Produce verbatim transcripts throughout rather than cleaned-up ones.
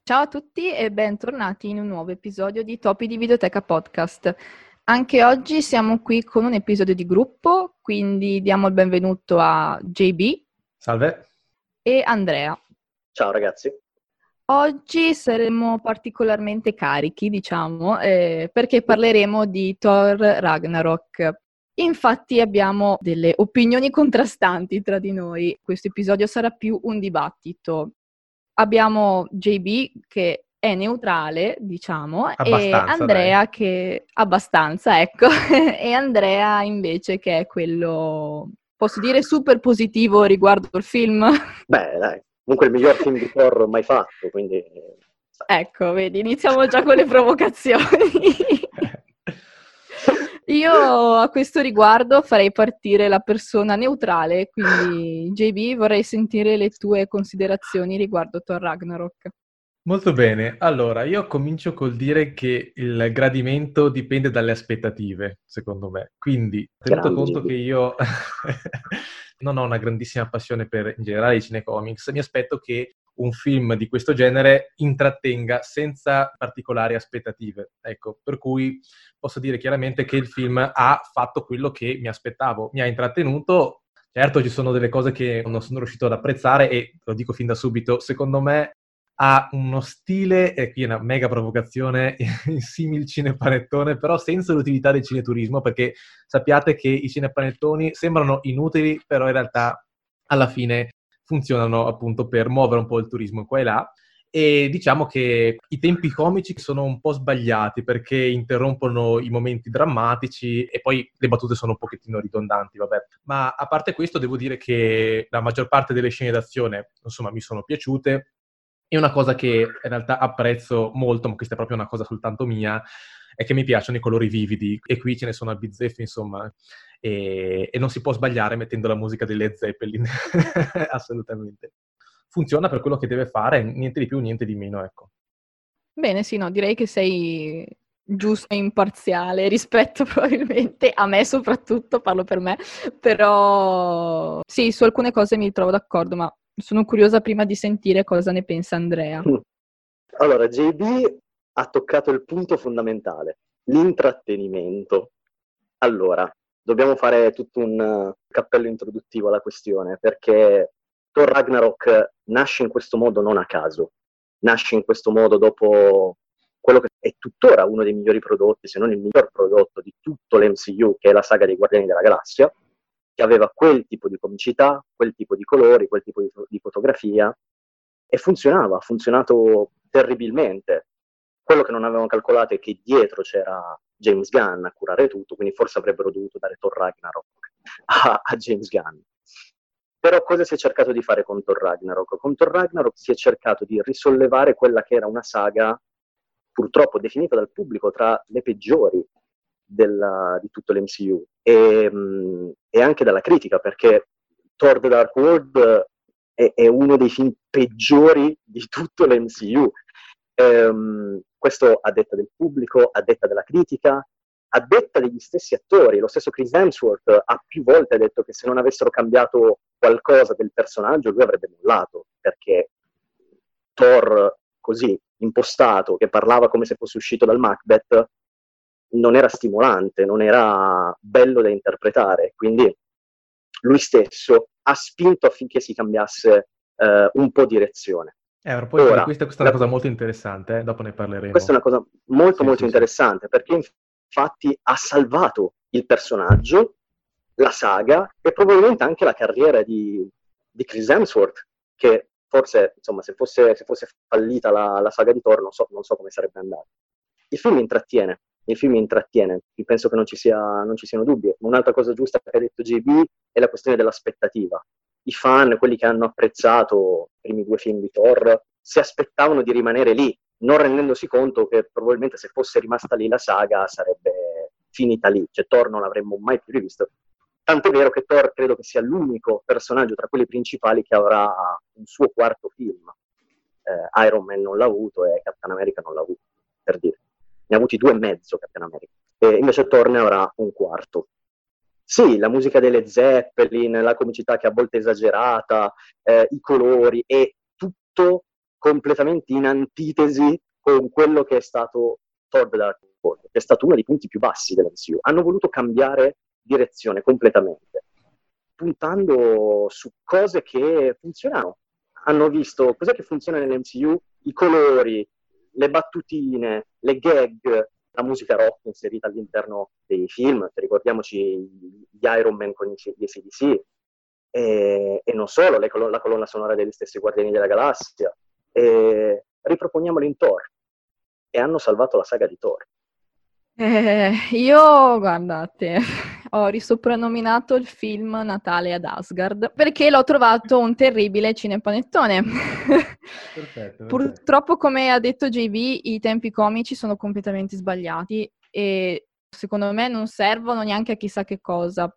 Ciao a tutti e bentornati in un nuovo episodio di Topi di Videoteca Podcast. Anche oggi siamo qui con un episodio di gruppo, quindi diamo il benvenuto a J B. Salve. E Andrea. Ciao ragazzi. Oggi saremo particolarmente carichi, diciamo, eh, perché parleremo di Thor Ragnarok. Infatti abbiamo delle opinioni contrastanti tra di noi. Questo episodio sarà più un dibattito. Abbiamo J B che è neutrale, diciamo, Abbastanza, e Andrea dai. che... abbastanza, ecco, e Andrea invece che è quello, posso dire, super positivo riguardo il film. Beh, dai, comunque il miglior film di Thor mai fatto, quindi... Ecco, vedi, iniziamo già con le provocazioni. Io a questo riguardo farei partire la persona neutrale, quindi J B vorrei sentire le tue considerazioni riguardo Thor Ragnarok. Molto bene, allora io comincio col dire che il gradimento dipende dalle aspettative, secondo me. Quindi, tenuto Grande conto G B. che io non ho una grandissima passione per in generale i cinecomics, mi aspetto che un film di questo genere intrattenga senza particolari aspettative. Ecco, per cui posso dire chiaramente che il film ha fatto quello che mi aspettavo, mi ha intrattenuto. Certo, ci sono delle cose che non sono riuscito ad apprezzare e lo dico fin da subito, secondo me ha uno stile, e qui è una mega provocazione, in simil cinepanettone, però senza l'utilità del cineturismo, perché sappiate che i cinepanettoni sembrano inutili, però in realtà alla fine funzionano appunto per muovere un po' il turismo qua e là. E diciamo che i tempi comici sono un po' sbagliati perché interrompono i momenti drammatici e poi le battute sono un pochettino ridondanti, vabbè. Ma a parte questo devo dire che la maggior parte delle scene d'azione, insomma, mi sono piaciute. E una cosa che in realtà apprezzo molto, ma questa è proprio una cosa soltanto mia, è che mi piacciono i colori vividi, e qui ce ne sono a bizzeffe, insomma, e, e non si può sbagliare mettendo la musica dei Led Zeppelin, assolutamente. Funziona per quello che deve fare, niente di più, niente di meno, ecco. Bene, sì, no, direi che sei giusto e imparziale rispetto probabilmente a me soprattutto, parlo per me, però sì, su alcune cose mi trovo d'accordo, ma sono curiosa prima di sentire cosa ne pensa Andrea. Allora, J B ha toccato il punto fondamentale, l'intrattenimento. Allora, dobbiamo fare tutto un uh, cappello introduttivo alla questione, perché Thor Ragnarok nasce in questo modo non a caso. Nasce in questo modo dopo quello che è tuttora uno dei migliori prodotti, se non il miglior prodotto di tutto l'M C U, che è la saga dei Guardiani della Galassia, che aveva quel tipo di comicità, quel tipo di colori, quel tipo di, di fotografia, e funzionava, ha funzionato terribilmente. Quello che non avevano calcolato è che dietro c'era James Gunn a curare tutto, quindi forse avrebbero dovuto dare Thor Ragnarok a, a James Gunn. Però cosa si è cercato di fare con Thor Ragnarok? Con Thor Ragnarok si è cercato di risollevare quella che era una saga purtroppo definita dal pubblico tra le peggiori della, di tutto l'M C U e, mh, e anche dalla critica, perché Thor The Dark World è, è uno dei film peggiori di tutto l'M C U. Ehm, questo a detta del pubblico, a detta della critica, a detta degli stessi attori. Lo stesso Chris Hemsworth ha più volte detto che se non avessero cambiato qualcosa del personaggio lui avrebbe mollato, perché Thor così impostato, che parlava come se fosse uscito dal Macbeth, non era stimolante, non era bello da interpretare, quindi lui stesso ha spinto affinché si cambiasse eh, un po' direzione. Eh, ora, poi Ora, questa, questa è una la, cosa molto interessante, eh? Dopo ne parleremo. Questa è una cosa molto sì, molto sì, interessante, sì. Perché infatti ha salvato il personaggio, la saga e probabilmente anche la carriera di, di Chris Hemsworth, che forse, insomma, se fosse, se fosse fallita la, la saga di Thor, non so, non so come sarebbe andato. Il film intrattiene, il film intrattiene, io penso che non ci, sia, non ci siano dubbi. Un'altra cosa giusta che ha detto J B è la questione dell'aspettativa. I fan, quelli che hanno apprezzato i primi due film di Thor, si aspettavano di rimanere lì, non rendendosi conto che probabilmente se fosse rimasta lì la saga sarebbe finita lì, cioè Thor non l'avremmo mai più rivisto. Tant'è vero che Thor credo che sia l'unico personaggio tra quelli principali che avrà un suo quarto film. Eh, Iron Man non l'ha avuto e Captain America non l'ha avuto, per dire. Ne ha avuti due e mezzo Captain America. E invece Thor ne avrà un quarto. Sì, la musica delle Zeppelin, la comicità che a volte è esagerata, eh, i colori e tutto completamente in antitesi con quello che è stato Thor The Dark World, che è stato uno dei punti più bassi dell'M C U. Hanno voluto cambiare direzione completamente, puntando su cose che funzionano. Hanno visto cos'è che funziona nell'M C U, i colori, le battutine, le gag, la musica rock inserita all'interno dei film, ricordiamoci gli Iron Man con gli A C D C, e, e non solo, le colo- la colonna sonora degli stessi Guardiani della Galassia, e riproponiamolo in Thor, e hanno salvato la saga di Thor. Eh, io, guardate, ho risoprannominato il film Natale ad Asgard perché l'ho trovato un terribile cinepanettone. Perfetto, perfetto. Purtroppo, come ha detto J B, i tempi comici sono completamente sbagliati e secondo me non servono neanche a chissà che cosa.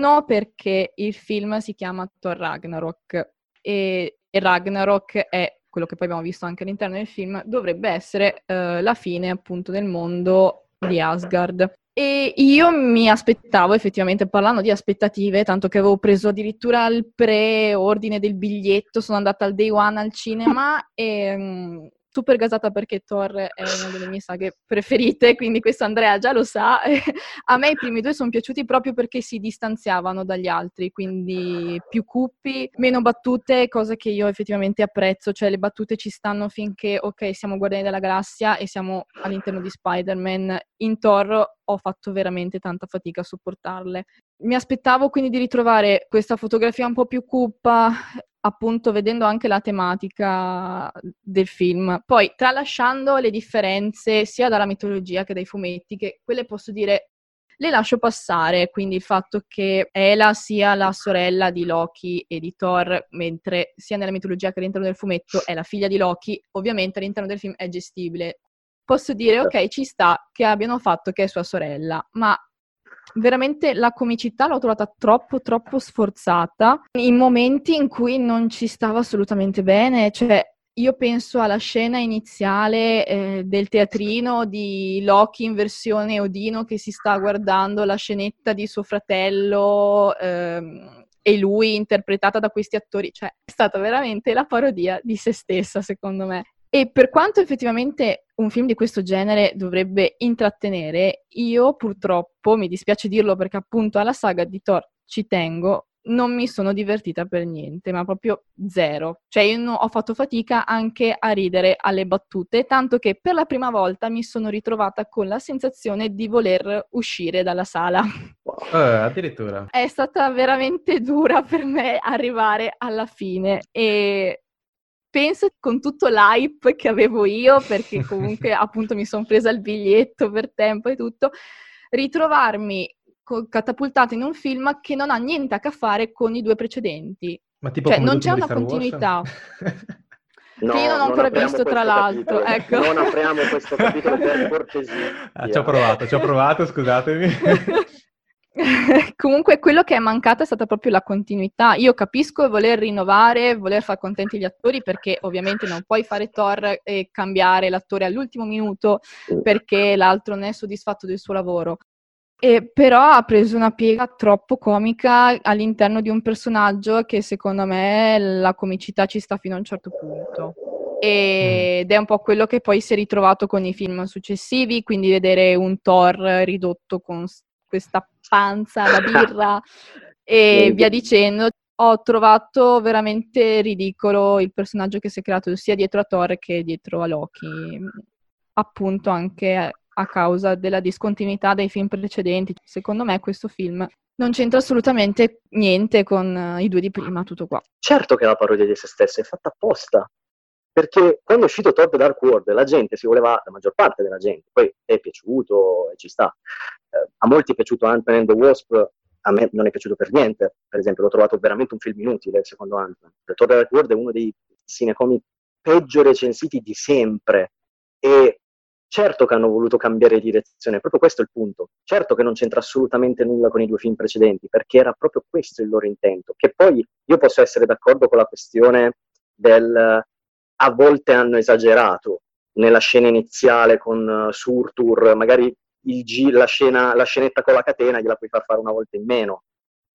Uno, perché il film si chiama Thor Ragnarok e, e Ragnarok è quello che poi abbiamo visto anche all'interno del film, dovrebbe essere eh, la fine appunto del mondo di Asgard. E io mi aspettavo, effettivamente, parlando di aspettative, tanto che avevo preso addirittura il pre-ordine del biglietto, sono andata al day one al cinema e mh, super gasata perché Thor è una delle mie saghe preferite, quindi questo Andrea già lo sa. A me i primi due sono piaciuti proprio perché si distanziavano dagli altri, quindi più cupi, meno battute, cosa che io effettivamente apprezzo, cioè le battute ci stanno finché, ok, siamo Guardiani della Galassia e siamo all'interno di Spider-Man. In Thor ho fatto veramente tanta fatica a sopportarle. Mi aspettavo quindi di ritrovare questa fotografia un po' più cupa, appunto vedendo anche la tematica del film. Poi, tralasciando le differenze sia dalla mitologia che dai fumetti, che quelle posso dire le lascio passare, quindi il fatto che Hela sia la sorella di Loki e di Thor, mentre sia nella mitologia che all'interno del fumetto è la figlia di Loki, ovviamente all'interno del film è gestibile. Posso dire, ok, ci sta che abbiano fatto che è sua sorella, ma veramente la comicità l'ho trovata troppo, troppo sforzata in momenti in cui non ci stava assolutamente bene. Cioè, io penso alla scena iniziale eh, del teatrino di Loki in versione Odino che si sta guardando la scenetta di suo fratello ehm, e lui interpretata da questi attori. Cioè, è stata veramente la parodia di se stessa, secondo me. E per quanto effettivamente un film di questo genere dovrebbe intrattenere, io purtroppo, mi dispiace dirlo perché appunto alla saga di Thor ci tengo, non mi sono divertita per niente, ma proprio zero. Cioè io no, ho fatto fatica anche a ridere alle battute, tanto che per la prima volta mi sono ritrovata con la sensazione di voler uscire dalla sala. Eh, addirittura. È stata veramente dura per me arrivare alla fine e penso con tutto l'hype che avevo io, perché comunque appunto mi sono presa il biglietto per tempo e tutto, ritrovarmi co- catapultata in un film che non ha niente a che fare con i due precedenti. Ma tipo Cioè come non l'ultimo c'è di una Star Wars? continuità. No, Che io non ho ancora visto, tra l'altro. Ecco. Non apriamo questo capitolo per cortesia. Ah, ci ho provato, ci ho provato, scusatemi. Comunque quello che è mancato è stata proprio la continuità. Io capisco voler rinnovare, voler far contenti gli attori, perché ovviamente non puoi fare Thor e cambiare l'attore all'ultimo minuto perché l'altro non è soddisfatto del suo lavoro. E però ha preso una piega troppo comica all'interno di un personaggio che secondo me la comicità ci sta fino a un certo punto. Ed è un po' quello che poi si è ritrovato con i film successivi, quindi vedere un Thor ridotto con questa panza da birra e via dicendo. Ho trovato veramente ridicolo il personaggio che si è creato sia dietro a Thor che dietro a Loki, appunto anche a causa della discontinuità dei film precedenti. Secondo me questo film non c'entra assolutamente niente con uh, i due di prima, tutto qua. Certo che è la parodia di se stessa, è fatta apposta. Perché quando è uscito Thor The Dark World, la gente si voleva, la maggior parte della gente, poi è piaciuto e ci sta. Eh, a molti è piaciuto Ant-Man and the Wasp, a me non è piaciuto per niente. Per esempio, l'ho trovato veramente un film inutile, secondo Ant-Man. Thor The Dark World è uno dei cinecomic peggio recensiti di sempre. E certo che hanno voluto cambiare direzione, proprio questo è il punto. Certo che non c'entra assolutamente nulla con i due film precedenti, perché era proprio questo il loro intento. Che poi io posso essere d'accordo con la questione del a volte hanno esagerato nella scena iniziale con uh, Surtur, magari il G, la, scena, la scenetta con la catena gliela puoi far fare una volta in meno,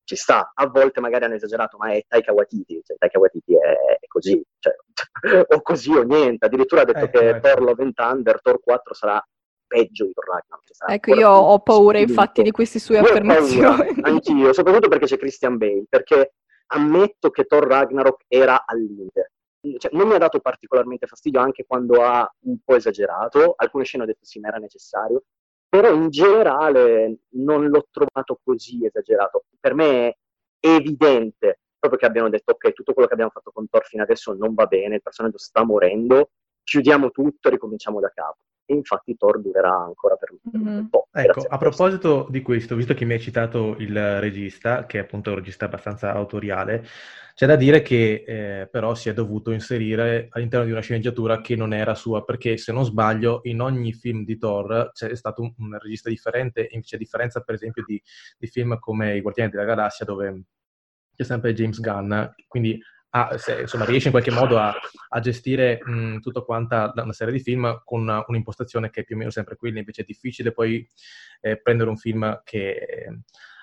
ci sta. A volte magari hanno esagerato, ma è Taika Waititi, cioè Taika Waititi è, è così, cioè, o così o niente. Addirittura ha detto ecco, che ecco. Thor Love and Thunder, Thor quattro sarà peggio di Thor Ragnarok. Cioè ecco, io ho paura infatti di queste sue io affermazioni. Ho paura, anch'io, soprattutto perché c'è Christian Bale, perché ammetto che Thor Ragnarok era al limite. Cioè, non mi ha dato particolarmente fastidio anche quando ha un po' esagerato, alcune scene ho detto sì, ma era necessario, però in generale non l'ho trovato così esagerato. Per me è evidente, proprio che abbiano detto ok, tutto quello che abbiamo fatto con Thor fino adesso non va bene, il personaggio sta morendo, chiudiamo tutto e ricominciamo da capo. E infatti Thor durerà ancora per, per un bel po'. Ecco, grazie a proposito di questo, visto che mi hai citato il regista, che è appunto un regista abbastanza autoriale, c'è da dire che eh, però si è dovuto inserire all'interno di una sceneggiatura che non era sua, perché se non sbaglio in ogni film di Thor c'è stato un, un regista differente, e c'è differenza per esempio di, di film come I Guardiani della Galassia, dove c'è sempre James Gunn, quindi ah, se, insomma, riesce in qualche modo a, a gestire mh, tutta quanta una serie di film con una, un'impostazione che è più o meno sempre quella. Invece è difficile poi eh, prendere un film che eh,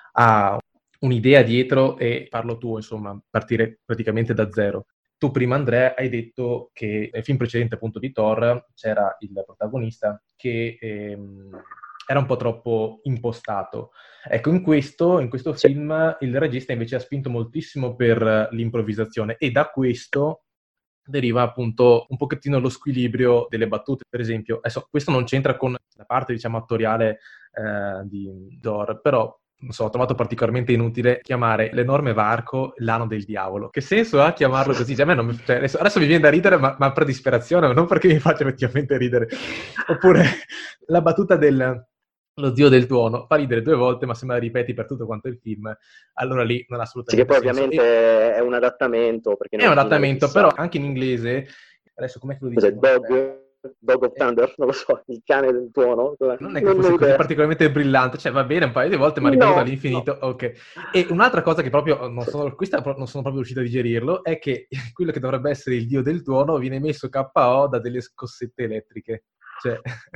ha un'idea dietro e farlo tu, insomma, partire praticamente da zero. Tu prima, Andrea, hai detto che nel film precedente appunto di Thor c'era il protagonista che ehm, era un po' troppo impostato. Ecco, in questo, in questo Sì. film il regista invece ha spinto moltissimo per l'improvvisazione e da questo deriva appunto un pochettino lo squilibrio delle battute. Per esempio, adesso questo non c'entra con la parte, diciamo, attoriale eh, di Thor, però non so, ho trovato particolarmente inutile chiamare l'enorme varco l'ano del diavolo. Che senso ha chiamarlo così? Cioè, a me non mi, cioè, adesso, adesso mi viene da ridere, ma, ma per disperazione, non perché mi faccia effettivamente ridere. Oppure la battuta del lo zio del tuono fa ridere due volte, ma se me la ripeti per tutto quanto il film, allora lì non ha Sì, che assolutamente poi senso. ovviamente E è un adattamento, perché in è un originale adattamento, chissà. però anche in inglese, adesso com'è che lo Cos'è, dicevano? Dog? Dog of Eh, Thunder? Non lo so, il cane del tuono? non è che Non ho fosse così idea. particolarmente brillante, cioè va bene un paio di volte, ma ripetuto No, all'infinito, no. ok. E un'altra cosa che proprio non sono, questa pro- non sono proprio riuscito a digerirlo, è che quello che dovrebbe essere il dio del tuono viene messo K O da delle scossette elettriche. Cioè,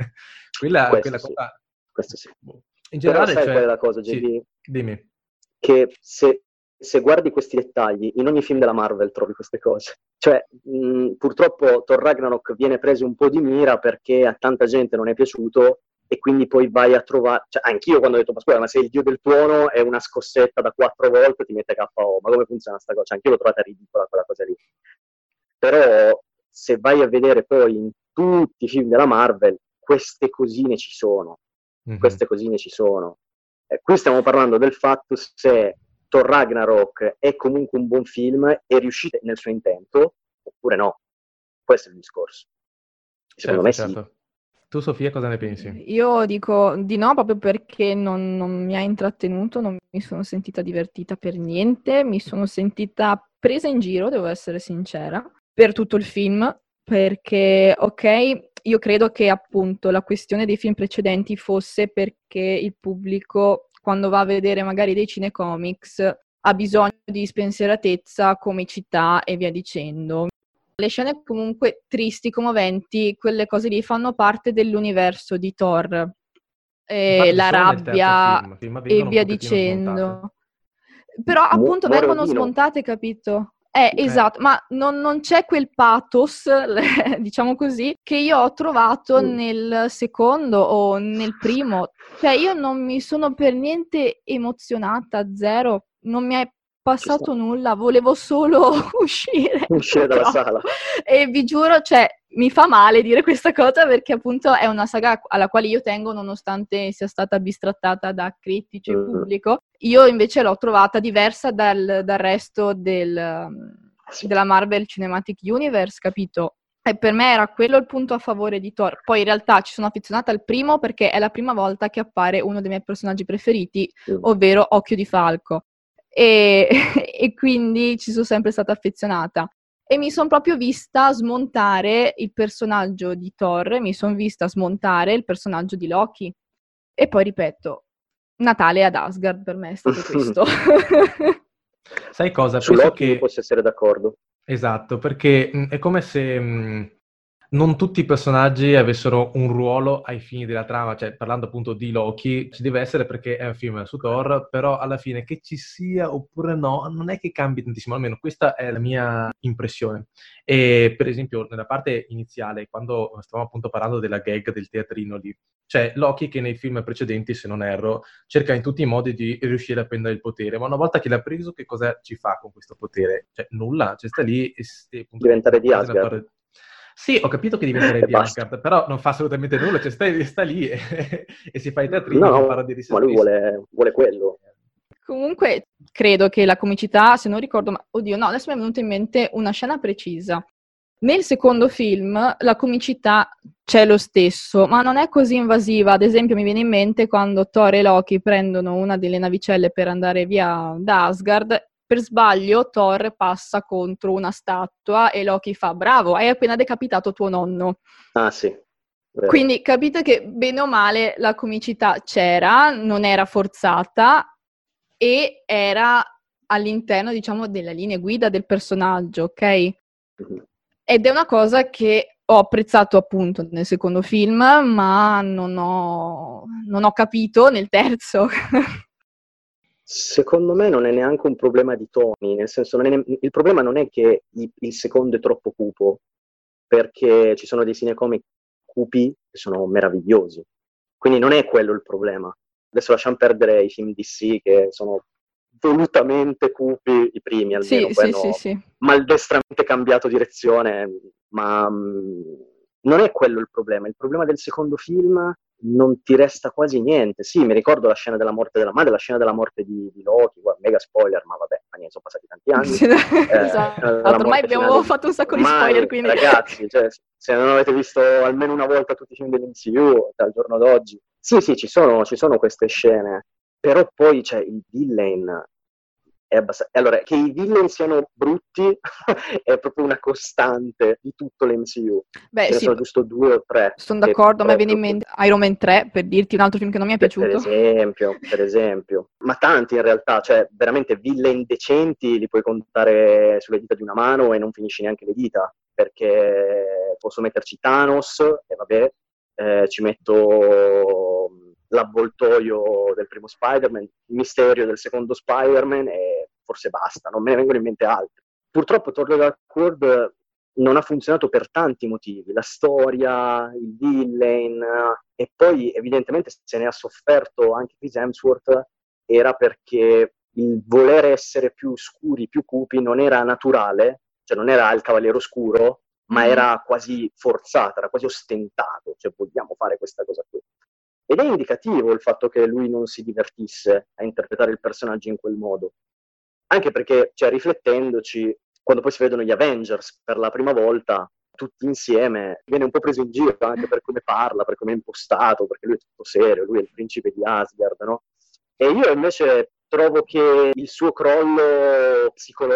quella, Questo quella sì, cosa... questo sì. boh. In Però generale, sai qual è cioè... la cosa, Sì, J B? dimmi. Che se, se guardi questi dettagli, in ogni film della Marvel trovi queste cose. Cioè, mh, purtroppo Thor Ragnarok viene preso un po' di mira perché a tanta gente non è piaciuto e quindi poi vai a trovare... Cioè, anch'io quando ho detto, ma scusa, ma se il dio del tuono è una scossetta da quattro volte ti mette K O, ma come funziona sta cosa? Cioè, anch'io l'ho trovata ridicola quella cosa lì. Però se vai a vedere poi in tutti i film della Marvel, queste cosine ci sono. Mm-hmm. Queste cosine ci sono. Eh, qui stiamo parlando del fatto se Thor Ragnarok è comunque un buon film, è riuscito nel suo intento, oppure no. Questo è il discorso. Secondo Certo, me certo. Tu, Sofia, cosa ne pensi? Io dico di no proprio perché non, non mi ha intrattenuto, non mi sono sentita divertita per niente, mi sono sentita presa in giro, devo essere sincera, per tutto il film, perché, ok, io credo che appunto la questione dei film precedenti fosse perché il pubblico, quando va a vedere magari dei cinecomics, ha bisogno di spensieratezza, comicità e via dicendo. Le scene comunque tristi, commoventi, quelle cose lì fanno parte dell'universo di Thor. E la rabbia film, film e via dicendo. smontate. Però Mu- appunto muore vengono Odino. smontate, capito? Eh, esatto, ma non, non c'è quel pathos, diciamo così, che io ho trovato Mm. nel secondo o nel primo. Cioè io non mi sono per niente emozionata, zero, non mi è passato nulla, volevo solo uscire. Uscire dalla purtroppo. sala. E vi giuro, cioè, mi fa male dire questa cosa perché appunto è una saga alla quale io tengo nonostante sia stata bistrattata da critici e Mm. pubblico. Io invece l'ho trovata diversa dal, dal resto del, Sì. della Marvel Cinematic Universe, capito? E per me era quello il punto a favore di Thor. Poi in realtà ci sono affezionata al primo perché è la prima volta che appare uno dei miei personaggi preferiti, Mm. ovvero Occhio di Falco. E, e quindi ci sono sempre stata affezionata. E mi sono proprio vista smontare il personaggio di Thor, mi sono vista smontare il personaggio di Loki. E poi ripeto, Natale ad Asgard per me è stato questo. Sai cosa? Su Penso Loki che... posso essere d'accordo. Esatto, perché mh, è come se... Mh, non tutti i personaggi avessero un ruolo ai fini della trama, cioè parlando appunto di Loki, ci deve essere perché è un film su Thor, però alla fine che ci sia oppure no, non è che cambi tantissimo, almeno questa è la mia impressione. E per esempio nella parte iniziale, quando stavamo appunto parlando della gag del teatrino lì, c'è Loki che nei film precedenti, se non erro, cerca in tutti i modi di riuscire a prendere il potere, ma una volta che l'ha preso, che cosa ci fa con questo potere? Cioè nulla, cioè sta lì e, e appunto, Diventare di quasi una Asgard. torre. Sì, ho capito che diventerei E di basta. Asgard, però non fa assolutamente nulla, cioè sta, sta lì e, e si fa i teatrini, No, fa no, parodie di se ma lui stesso. vuole, vuole quello. Comunque, credo che la comicità, se non ricordo, ma oddio, no, adesso mi è venuta in mente una scena precisa. Nel secondo film la comicità c'è lo stesso, ma non è così invasiva. Ad esempio, mi viene in mente quando Thor e Loki prendono una delle navicelle per andare via da Asgard. Per sbaglio Thor passa contro una statua e Loki fa: bravo, hai appena decapitato tuo nonno. Ah sì, vero. Quindi capite che bene o male la comicità c'era, non era forzata e era all'interno, diciamo, della linea guida del personaggio, ok? Mm-hmm. Ed è una cosa che ho apprezzato appunto nel secondo film, ma non ho, non ho capito nel terzo. Secondo me non è neanche un problema di toni, nel senso non è ne- il problema non è che il, il secondo è troppo cupo, perché ci sono dei cinecomic cupi che sono meravigliosi, quindi non è quello il problema. Adesso lasciamo perdere i film D C che sono volutamente cupi, i primi almeno, Sì, poi sì, sì, hanno sì. maldestramente cambiato direzione, ma mh, non è quello il problema. Il problema del secondo film non ti resta quasi niente. Sì, mi ricordo la scena della morte della madre, la scena della morte di, di Loki, guarda, mega spoiler, ma vabbè, ma niente, sono passati tanti anni. Eh, Esatto, la ormai morte abbiamo finale, fatto un sacco di ormai, spoiler, quindi... ragazzi, cioè, se non avete visto almeno una volta tutti i film dell'M C U dal giorno d'oggi, sì, sì, ci sono, ci sono queste scene, però poi c'è il villain. È abbast- allora, che i villain siano brutti è proprio una costante di tutto l'M C U. Beh, Ce ne sì, sono giusto due o tre. sono Che d'accordo, a me viene in proprio, mente Iron Man tre, per dirti un altro film che non mi è per, per piaciuto. esempio, per esempio, ma tanti in realtà, cioè veramente villain decenti li puoi contare sulle dita di una mano e non finisci neanche le dita, perché posso metterci Thanos e vabbè, eh, ci metto l'avvoltoio del primo Spider-Man, il Misterio del secondo Spider-Man e forse basta, non me ne vengono in mente altri. Purtroppo Thor The Dark World non ha funzionato per tanti motivi, la storia, il villain, e poi evidentemente se ne ha sofferto anche Chris Hemsworth, era perché il voler essere più scuri, più cupi non era naturale, cioè non era il Cavaliere Oscuro, ma Mm. era quasi forzato, era quasi ostentato, cioè vogliamo fare questa cosa qui. Ed è indicativo il fatto che lui non si divertisse a interpretare il personaggio in quel modo. Anche perché, cioè, riflettendoci, quando poi si vedono gli Avengers per la prima volta, tutti insieme, viene un po' preso in giro anche per come parla, per come è impostato, perché lui è tutto serio, lui è il principe di Asgard, no? E io invece trovo che il suo crollo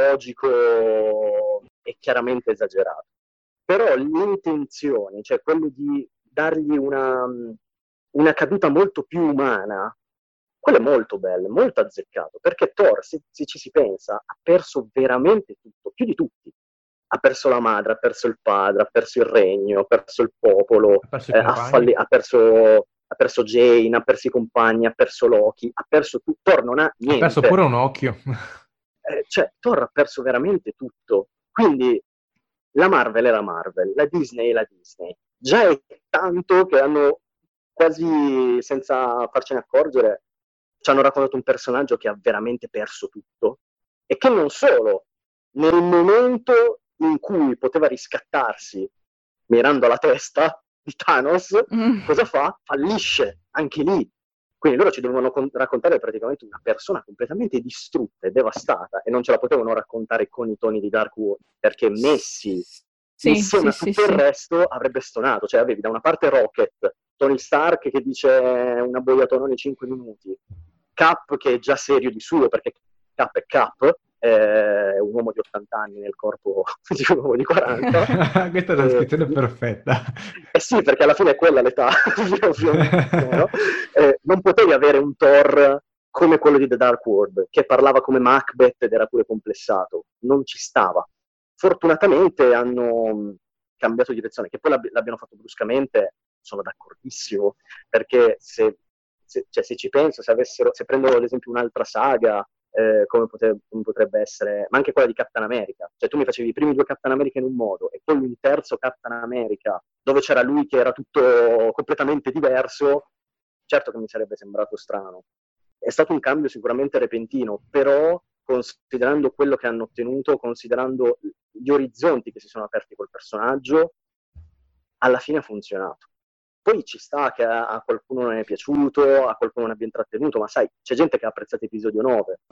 psicologico è chiaramente esagerato. Però le intenzioni, cioè quello di dargli una, una caduta molto più umana, quello è molto bello, molto azzeccato, perché Thor, se, se ci si pensa, ha perso veramente tutto, più di tutti. Ha perso la madre, ha perso il padre, ha perso il regno, ha perso il popolo, Ha perso i eh, ha, compagni. falli- ha, perso, ha perso Jane, ha perso i compagni, ha perso Loki, ha perso tutto. Thor non ha niente. Ha perso pure un occhio. Eh, cioè, Thor ha perso veramente tutto. Quindi la Marvel è la Marvel, la Disney è la Disney. Già è tanto che hanno quasi, senza farcene accorgere, ci hanno raccontato un personaggio che ha veramente perso tutto e che non solo, nel momento in cui poteva riscattarsi mirando alla testa di Thanos, Mm. cosa fa? Fallisce, anche lì. Quindi loro ci dovevano con- raccontare praticamente una persona completamente distrutta e devastata e non ce la potevano raccontare con i toni di Dark World, perché messi Sì, insieme sì, a tutto sì, il sì. resto avrebbe stonato. Cioè avevi da una parte Rocket, Tony Stark che dice una boiatona ogni cinque minuti, Cap che è già serio di suo perché Cap è Cap, è un uomo di ottanta anni nel corpo di un uomo di quaranta. Questa è la Eh, descrizione perfetta. eh sì, perché alla fine è quella l'età, più o meno. Eh, non potevi avere un Thor come quello di The Dark World, che parlava come Macbeth ed era pure complessato. Non ci stava. Fortunatamente hanno, cambiato direzione, che poi l'abbi- l'abbiano fatto bruscamente, sono d'accordissimo, perché se, se, cioè, se ci penso, se avessero, se prendo ad esempio un'altra saga, eh, come, pote- come potrebbe essere, ma anche quella di Captain America, cioè tu mi facevi i primi due Captain America in un modo e poi un terzo Captain America dove c'era lui che era tutto completamente diverso, certo che mi sarebbe sembrato strano. È stato un cambio sicuramente repentino, però considerando quello che hanno ottenuto, considerando gli orizzonti che si sono aperti col personaggio, alla fine ha funzionato. Poi ci sta che a, a qualcuno non è piaciuto, a qualcuno non abbia intrattenuto, ma sai, c'è gente che ha apprezzato episodio nove.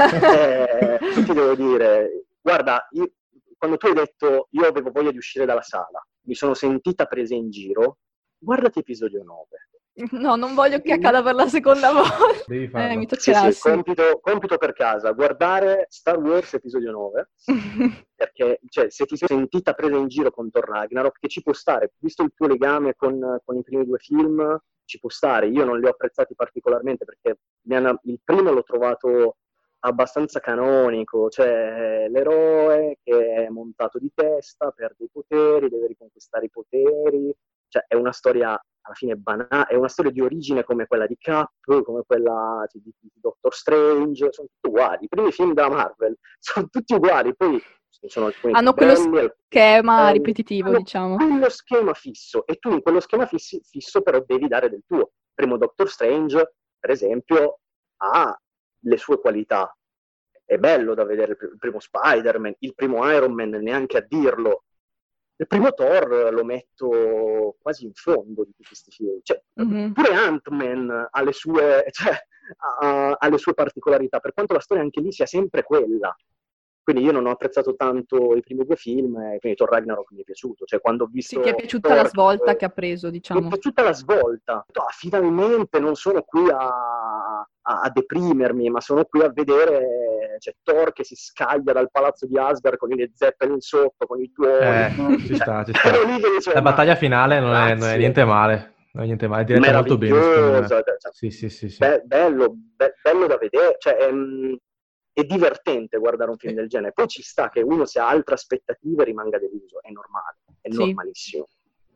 eh, ti devo dire, guarda, io, quando tu hai detto io avevo voglia di uscire dalla sala, mi sono sentita presa in giro, guardati episodio nove. No, non voglio che accada per la seconda volta. Devi farlo. Eh, mi Sì, toccherà, sì, sì. compito, compito per casa, guardare Star Wars episodio nove, perché cioè, se ti sei sentita presa in giro con Thor Ragnarok, che ci può stare, visto il tuo legame con, con i primi due film, ci può stare, io non li ho apprezzati particolarmente perché mi hanno, il primo l'ho trovato abbastanza canonico, cioè l'eroe che è montato di testa, perde i poteri, deve riconquistare i poteri, cioè è una storia alla fine banale, è una storia di origine come quella di Cap, come quella di, di, di Doctor Strange, sono tutti uguali, i primi film della Marvel sono tutti uguali, poi ci sono alcuni Hanno belli, quello alcuni schema belli, ripetitivo, hanno diciamo. quello schema fisso, e tu in quello schema fissi, fisso però devi dare del tuo. Il primo Doctor Strange, per esempio, ha le sue qualità, è bello da vedere il primo Spider-Man, il primo Iron Man, neanche a dirlo. Il primo Thor lo metto quasi in fondo di tutti questi film. Cioè, mm-hmm. Pure Ant-Man ha le, sue, cioè, ha, ha le sue particolarità, per quanto la storia anche lì sia sempre quella. Quindi io non ho apprezzato tanto i primi due film, e quindi Thor Ragnarok mi è piaciuto. Cioè, quando ho visto sì, ti è piaciuta Thor, la svolta che, che ha preso, diciamo. Mi è piaciuta la svolta. Oh, finalmente non sono qui a, a, a deprimermi, ma sono qui a vedere, cioè, Thor che si scaglia dal palazzo di Asgard con i Zeppelin sotto, con i tuoni. Eh, ci sta, ci sta. La battaglia finale non è, non è niente male. Non è niente male, è diretta molto bene, secondo me. Cioè, sì, sì, sì, sì. Be- bello, be- bello da vedere. Cioè, è, è divertente guardare un film del genere. Poi ci sta che uno, se ha altre aspettative, rimanga deluso. È normale, è sì. normalissimo.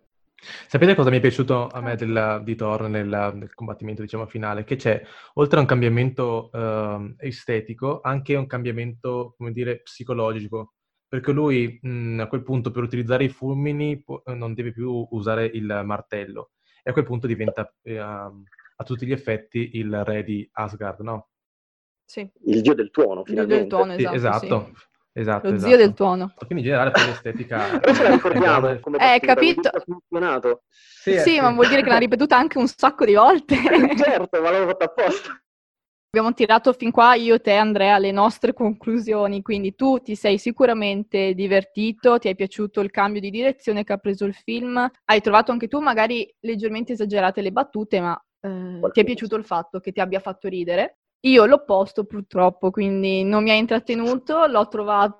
Sapete cosa mi è piaciuto a me del, di Thor nel, nel combattimento, diciamo, finale? Che c'è, oltre a un cambiamento uh, estetico, anche un cambiamento, come dire, psicologico. Perché lui, mh, a quel punto, per utilizzare i fulmini, po- non deve più usare il martello. E a quel punto diventa, eh, a tutti gli effetti, il re di Asgard, no? Sì. Il dio del tuono, finalmente. Il dio del tuono, esatto. Sì, esatto. Sì. Esatto, Lo esatto. zio del tuono. Quindi in generale poi l'estetica... Però ce la ricordiamo è come Eh, capito? Ha funzionato. Sì, sì, sì, ma vuol dire che l'ha ripetuta anche un sacco di volte. Certo, ma l'avevo fatto apposta. Abbiamo tirato fin qua, io, te, Andrea, le nostre conclusioni, quindi tu ti sei sicuramente divertito, ti è piaciuto il cambio di direzione che ha preso il film, hai trovato anche tu magari leggermente esagerate le battute, ma eh, ti è piaciuto il fatto che ti abbia fatto ridere. Io l'opposto purtroppo, quindi non mi ha intrattenuto, l'ho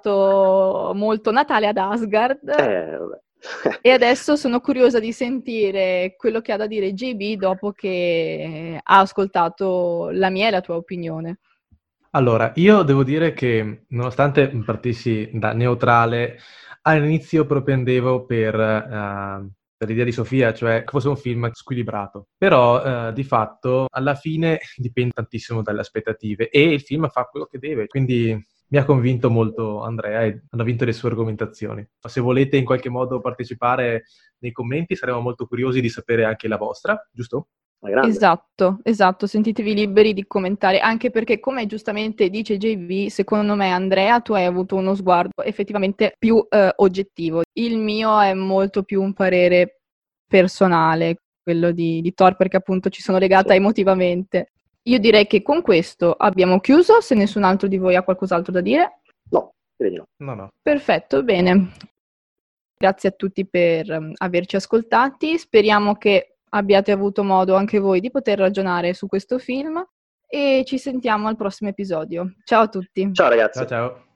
trovato molto Natale ad Asgard eh, vabbè. E adesso sono curiosa di sentire quello che ha da dire J B dopo che ha ascoltato la mia e la tua opinione. Allora, io devo dire che nonostante partissi da neutrale, all'inizio propendevo per... Uh, per l'idea di Sofia, cioè che fosse un film squilibrato. Però, eh, di fatto, alla fine dipende tantissimo dalle aspettative e il film fa quello che deve, quindi mi ha convinto molto Andrea e hanno vinto le sue argomentazioni. Se volete in qualche modo partecipare nei commenti, saremo molto curiosi di sapere anche la vostra, giusto? Esatto, esatto, sentitevi liberi di commentare, anche perché, come giustamente dice J V, secondo me, Andrea, tu hai avuto uno sguardo effettivamente più eh, oggettivo. Il mio è molto più un parere personale, quello di, di Thor, perché appunto ci sono legata sì. emotivamente. Io direi che con questo abbiamo chiuso, se nessun altro di voi ha qualcos'altro da dire. No, direi no. No, no. Perfetto, bene. Grazie a tutti per um, averci ascoltati, speriamo che abbiate avuto modo anche voi di poter ragionare su questo film e ci sentiamo al prossimo episodio. Ciao a tutti. Ciao ragazzi. Ciao ciao.